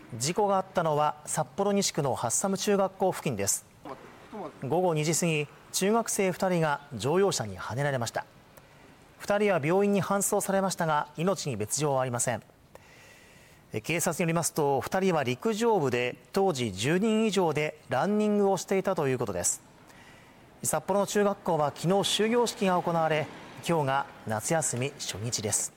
事故があったのは札幌西区のハッサム中学校付近です。午後2時過ぎ、中学生2人が乗用車にはねられました。2人は病院に搬送されましたが、命に別状はありません。警察によりますと、2人は陸上部で当時10人以上でランニングをしていたということです。札幌の中学校は昨日終業式が行われ、今日が夏休み初日です。